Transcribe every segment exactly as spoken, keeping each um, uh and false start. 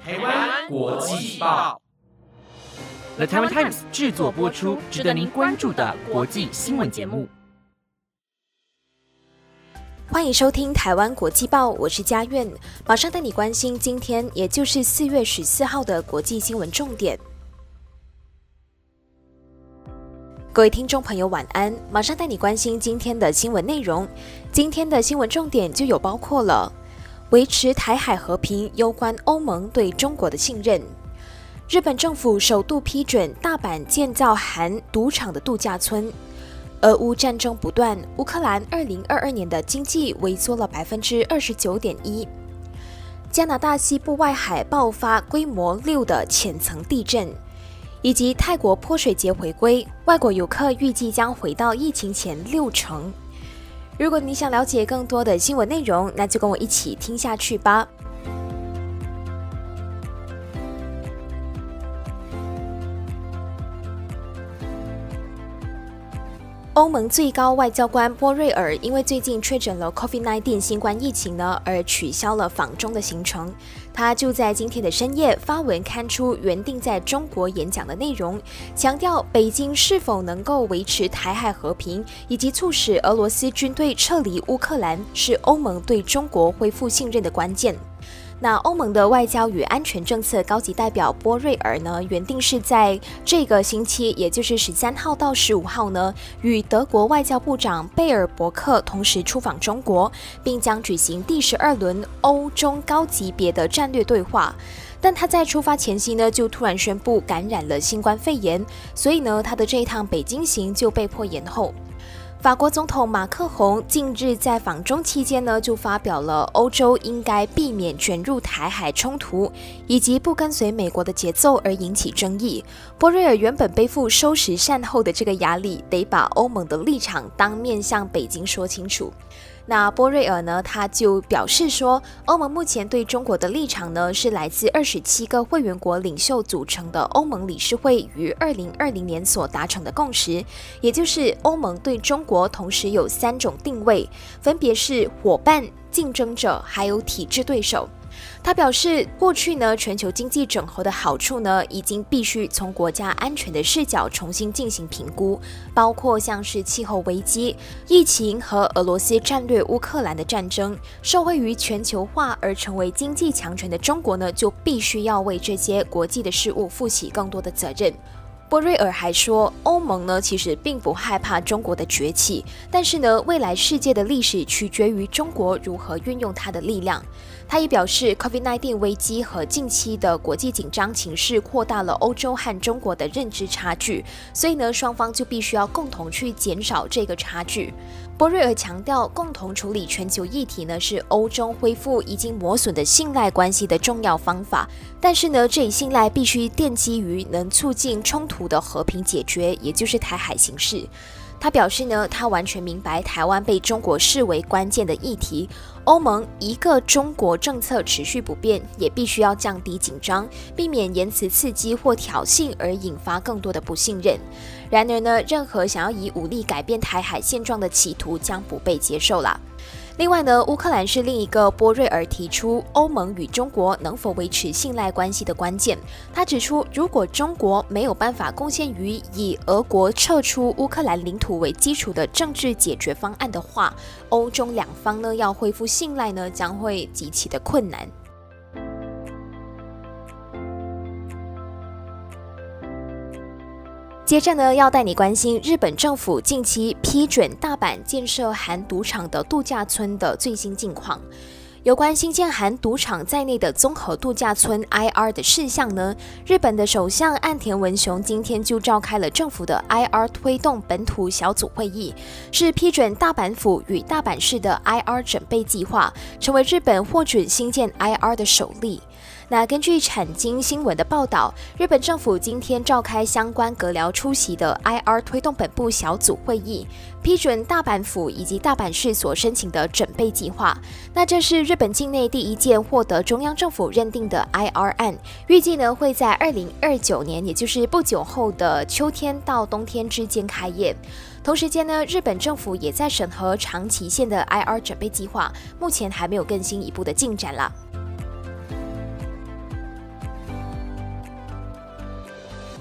台湾国际报 The Taiwan Times 制作播出，值得您关注的国际新闻节目。 欢迎收听台湾国际报，我是嘉苑，马上带你关心今天，也就是四月十四号的国际新闻重点。各位听众朋友晚安，马上带你关心今天的新闻内容。今天的新闻重点就有包括了维持台海和平攸关欧盟对中国的信任，日本政府首度批准大阪建造含赌场的度假村，俄乌战争不断，乌克兰二零二二年的经济萎缩了 百分之二十九点一， 加拿大西部外海爆发规模六的浅层地震，以及泰国泼水节回归，外国游客预计将回到疫情前六成。如果你想了解更多的新闻内容，那就跟我一起听下去吧。欧盟最高外交官波瑞尔因为最近确诊了 COVID 十九 新冠疫情呢，而取消了访中的行程。他就在今天的深夜发文刊出原定在中国演讲的内容，强调北京是否能够维持台海和平，以及促使俄罗斯军队撤离乌克兰，是欧盟对中国恢复信任的关键。那欧盟的外交与安全政策高级代表波瑞尔呢，原定是在这个星期，也就是十三号到十五号呢，与德国外交部长贝尔伯克同时出访中国，并将举行第十二轮欧中高级别的战略对话。但他在出发前夕呢，就突然宣布感染了新冠肺炎，所以呢，他的这一趟北京行就被迫延后。法国总统马克宏近日在访中期间呢，就发表了欧洲应该避免卷入台海冲突，以及不跟随美国的节奏而引起争议。波瑞尔原本背负收拾善后的这个压力，得把欧盟的立场当面向北京说清楚。那波瑞尔呢，他就表示说，欧盟目前对中国的立场呢，是来自二十七个会员国领袖组成的欧盟理事会于二零二零年所达成的共识，也就是欧盟对中国同时有三种定位，分别是伙伴、竞争者还有体制对手。他表示，过去呢，全球经济整合的好处呢，已经必须从国家安全的视角重新进行评估，包括像是气候危机、疫情和俄罗斯战略乌克兰的战争。受惠于全球化而成为经济强权的中国呢，就必须要为这些国际的事务负起更多的责任。波瑞尔还说，欧盟呢其实并不害怕中国的崛起，但是呢，未来世界的历史取决于中国如何运用它的力量。他也表示 COVID 十九 危机和近期的国际紧张情势扩大了欧洲和中国的认知差距，所以呢，双方就必须要共同去减少这个差距。波瑞尔强调，共同处理全球议题呢，是欧中恢复已经磨损的信赖关系的重要方法。但是呢，这一信赖必须奠基于能促进冲突的和平解决，也就是台海形势。他表示呢，他完全明白台湾被中国视为关键的议题，欧盟一个中国政策持续不变，也必须要降低紧张，避免言辞刺激或挑衅而引发更多的不信任。然而呢，任何想要以武力改变台海现状的企图将不被接受啦。另外呢，乌克兰是另一个波瑞尔提出欧盟与中国能否维持信赖关系的关键。他指出，如果中国没有办法贡献于以俄国撤出乌克兰领土为基础的政治解决方案的话，欧中两方呢要恢复信赖呢将会极其的困难。接着呢，要带你关心日本政府近期批准大阪建设含赌场的度假村的最新近况。有关新建含赌场在内的综合度假村 I R 的事项呢，日本的首相岸田文雄今天就召开了政府的 I R 推动本土小组会议，是批准大阪府与大阪市的 I R 准备计划，成为日本获准新建 I R 的首例。那根据产经新闻的报道，日本政府今天召开相关阁僚出席的 I R 推动本部小组会议，批准大阪府以及大阪市所申请的准备计划。那这是日本境内第一件获得中央政府认定的 I R 案，预计呢会在二零二九年，也就是不久后的秋天到冬天之间开业。同时间呢，日本政府也在审核长期限的 I R 准备计划，目前还没有更新一步的进展啦。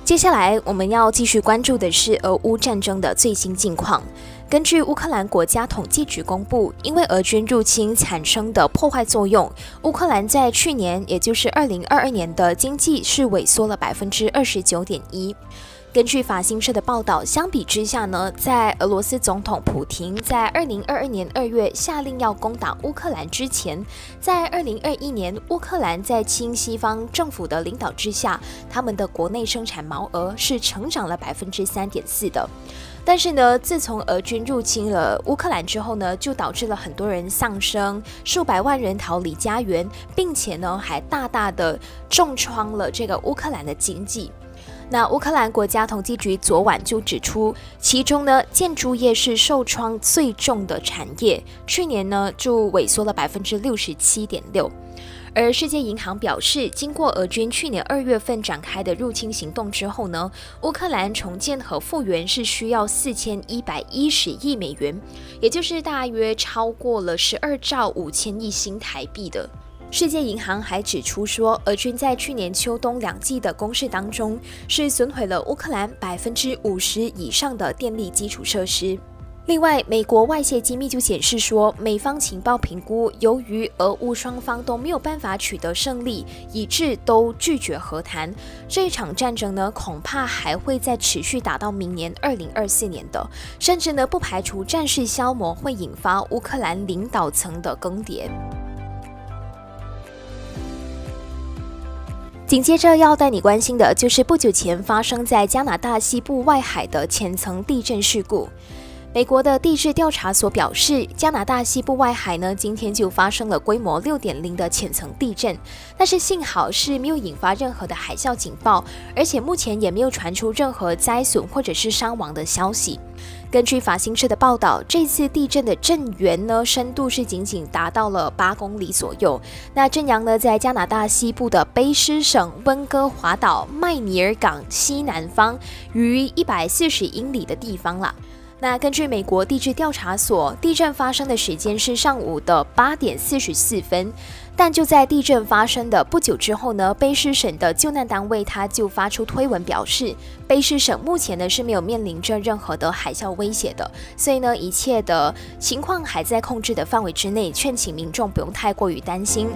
接下来我们要继续关注的是俄乌战争的最新近况。根据乌克兰国家统计局公布，因为俄军入侵产生的破坏作用，乌克兰在去年，也就是二零二二年的经济是萎缩了百分之二十九点一。根据法新社的报道，相比之下呢，在俄罗斯总统普廷在二零二二年二月下令要攻打乌克兰之前，在二零二一年乌克兰在亲西方政府的领导之下，他们的国内生产毛额是成长了百分之三点四的。但是呢，自从俄军入侵了乌克兰之后呢，就导致了很多人丧生，数百万人逃离家园，并且呢，还大大的重创了这个乌克兰的经济。那乌克兰国家统计局昨晚就指出，其中呢，建筑业是受创最重的产业，去年呢就萎缩了百分之六十七点六。而世界银行表示，经过俄军去年二月份展开的入侵行动之后呢，乌克兰重建和复原是需要四千一百一十亿美元，也就是大约超过了十二兆五千亿新台币的。世界银行还指出说，俄军在去年秋冬两季的攻势当中，是损毁了乌克兰百分之五十以上的电力基础设施。另外，美国外泄机密就显示说，美方情报评估，由于俄乌双方都没有办法取得胜利，以致都拒绝和谈，这一场战争呢，恐怕还会再持续打到明年二零二四年的，甚至呢，不排除战事消磨会引发乌克兰领导层的更迭。紧接着要带你关心的就是不久前发生在加拿大西部外海的浅层地震事故。美国的地质调查所表示，加拿大西部外海呢，今天就发生了规模 六点零 的浅层地震，但是幸好是没有引发任何的海啸警报，而且目前也没有传出任何灾损或者是伤亡的消息。根据法新社的报道，这次地震的震源呢，深度是仅仅达到了八公里左右。那震央呢，在加拿大西部的卑诗省温哥华岛麦尼尔港西南方，于一百四十英里的地方啦。那根据美国地质调查所，地震发生的时间是上午的八点四十四分，但就在地震发生的不久之后呢，卑诗省的救难单位他就发出推文表示，卑诗省目前呢是没有面临着任何的海啸威胁的，所以呢一切的情况还在控制的范围之内，劝请民众不用太过于担心。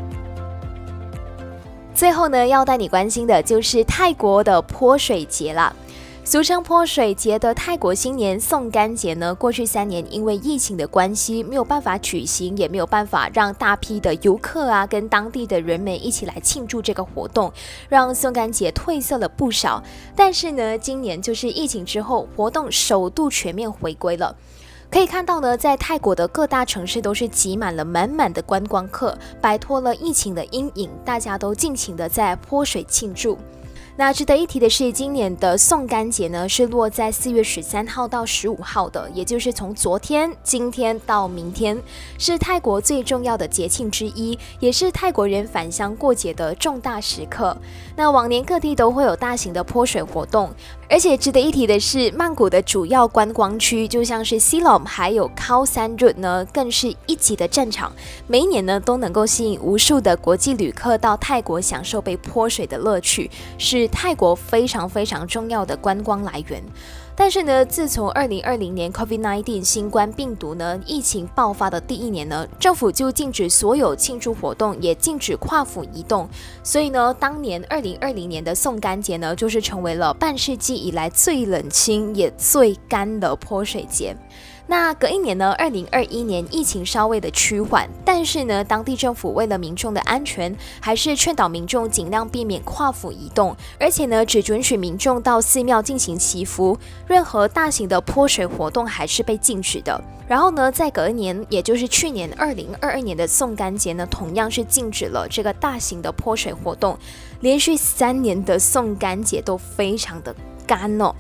最后呢，要带你关心的就是泰国的泼水节啦。俗称泼水节的泰国新年送干节呢，过去三年因为疫情的关系没有办法举行，也没有办法让大批的游客啊跟当地的人们一起来庆祝这个活动，让送干节褪色了不少。但是呢，今年就是疫情之后，活动首度全面回归了。可以看到呢，在泰国的各大城市都是挤满了满满的观光客，摆脱了疫情的阴影，大家都尽情的在泼水庆祝。那值得一提的是，今年的送干节呢是落在四月十三号到十五号的，也就是从昨天、今天到明天，是泰国最重要的节庆之一，也是泰国人返乡过节的重大时刻。那往年各地都会有大型的泼水活动，而且值得一提的是，曼谷的主要观光区就像是 Siloam 还有 Khao San Road 呢，更是一级的战场，每一年呢都能够吸引无数的国际旅客到泰国享受被泼水的乐趣，是泰国非常非常重要的观光来源。但是呢，自从二零二零年 COVID 十九 新冠病毒呢疫情爆发的第一年呢，政府就禁止所有庆祝活动，也禁止跨府移动。所以呢，当年二零二零年的送干节呢，就是成为了半世纪以来最冷清也最干的泼水节。那隔一年呢，二零二一年疫情稍微的趋缓，但是呢，当地政府为了民众的安全，还是劝导民众尽量避免跨府移动，而且呢，只准许民众到寺庙进行祈福，任何大型的泼水活动还是被禁止的。然后呢，在隔一年，也就是去年二零二二年的送干节呢，同样是禁止了这个大型的泼水活动，连续三年的送干节都非常的干哦。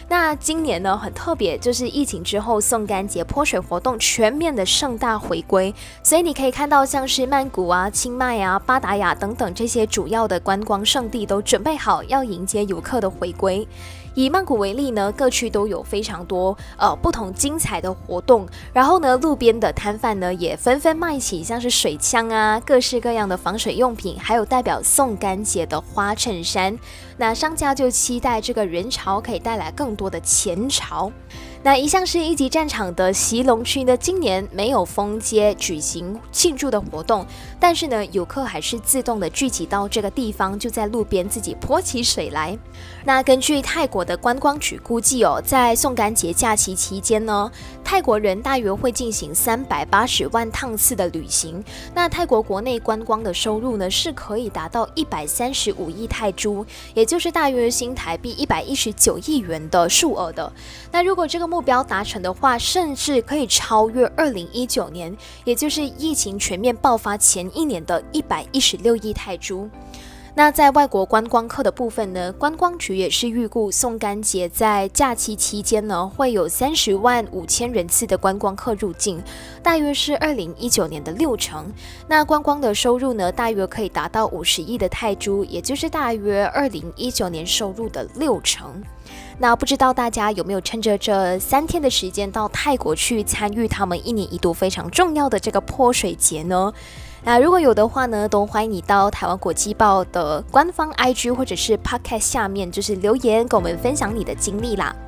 那今年呢很特别，就是疫情之后宋干节泼水活动全面的盛大回归，所以你可以看到像是曼谷啊、清迈啊、巴达雅等等这些主要的观光胜地都准备好要迎接游客的回归。以曼谷为例呢，各区都有非常多呃不同精彩的活动，然后呢，路边的摊贩呢也纷纷卖起像是水枪啊、各式各样的防水用品，还有代表宋干节的花衬衫。那商家就期待这个人潮可以带来更多的钱潮。那一向是一级战场的席隆区呢，今年没有封街举行庆祝的活动，但是呢，游客还是自动的聚集到这个地方，就在路边自己泼起水来。那根据泰国的观光局估计哦，在宋干节假期期间呢，泰国人大约会进行三百八十万趟次的旅行。那泰国国内观光的收入呢，是可以达到一百三十五亿泰铢，也就是大约新台币一百一十九亿元的数额的。那如果这个目标达成的话，甚至可以超越二零一九年，也就是疫情全面爆发前一年的一百一十六亿泰铢。那在外国观光客的部分呢，观光局也是预估宋干节在假期期间呢，会有三十万五千人次的观光客入境，大约是二零一九年的六成。那观光的收入呢，大约可以达到五十亿的泰铢，也就是大约二零一九年收入的六成。那不知道大家有没有趁着这三天的时间到泰国去参与他们一年一度非常重要的这个泼水节呢？那如果有的话呢，都欢迎你到台湾国际报的官方 I G 或者是 Podcast 下面，就是留言跟我们分享你的经历啦。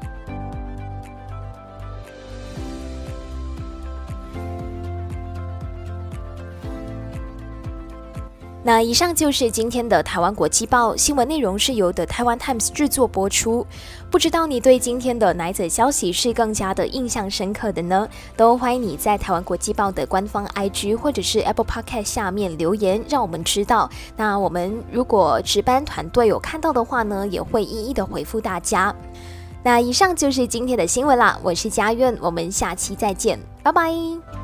那以上就是今天的台湾国际报新闻内容，是由的台湾 Times 制作播出。不知道你对今天的哪一则消息是更加的印象深刻的呢？都欢迎你在台湾国际报的官方 I G 或者是 Apple Podcast 下面留言，让我们知道。那我们如果值班团队有看到的话呢，也会一一的回复大家。那以上就是今天的新闻啦，我是嘉苑，我们下期再见，拜拜。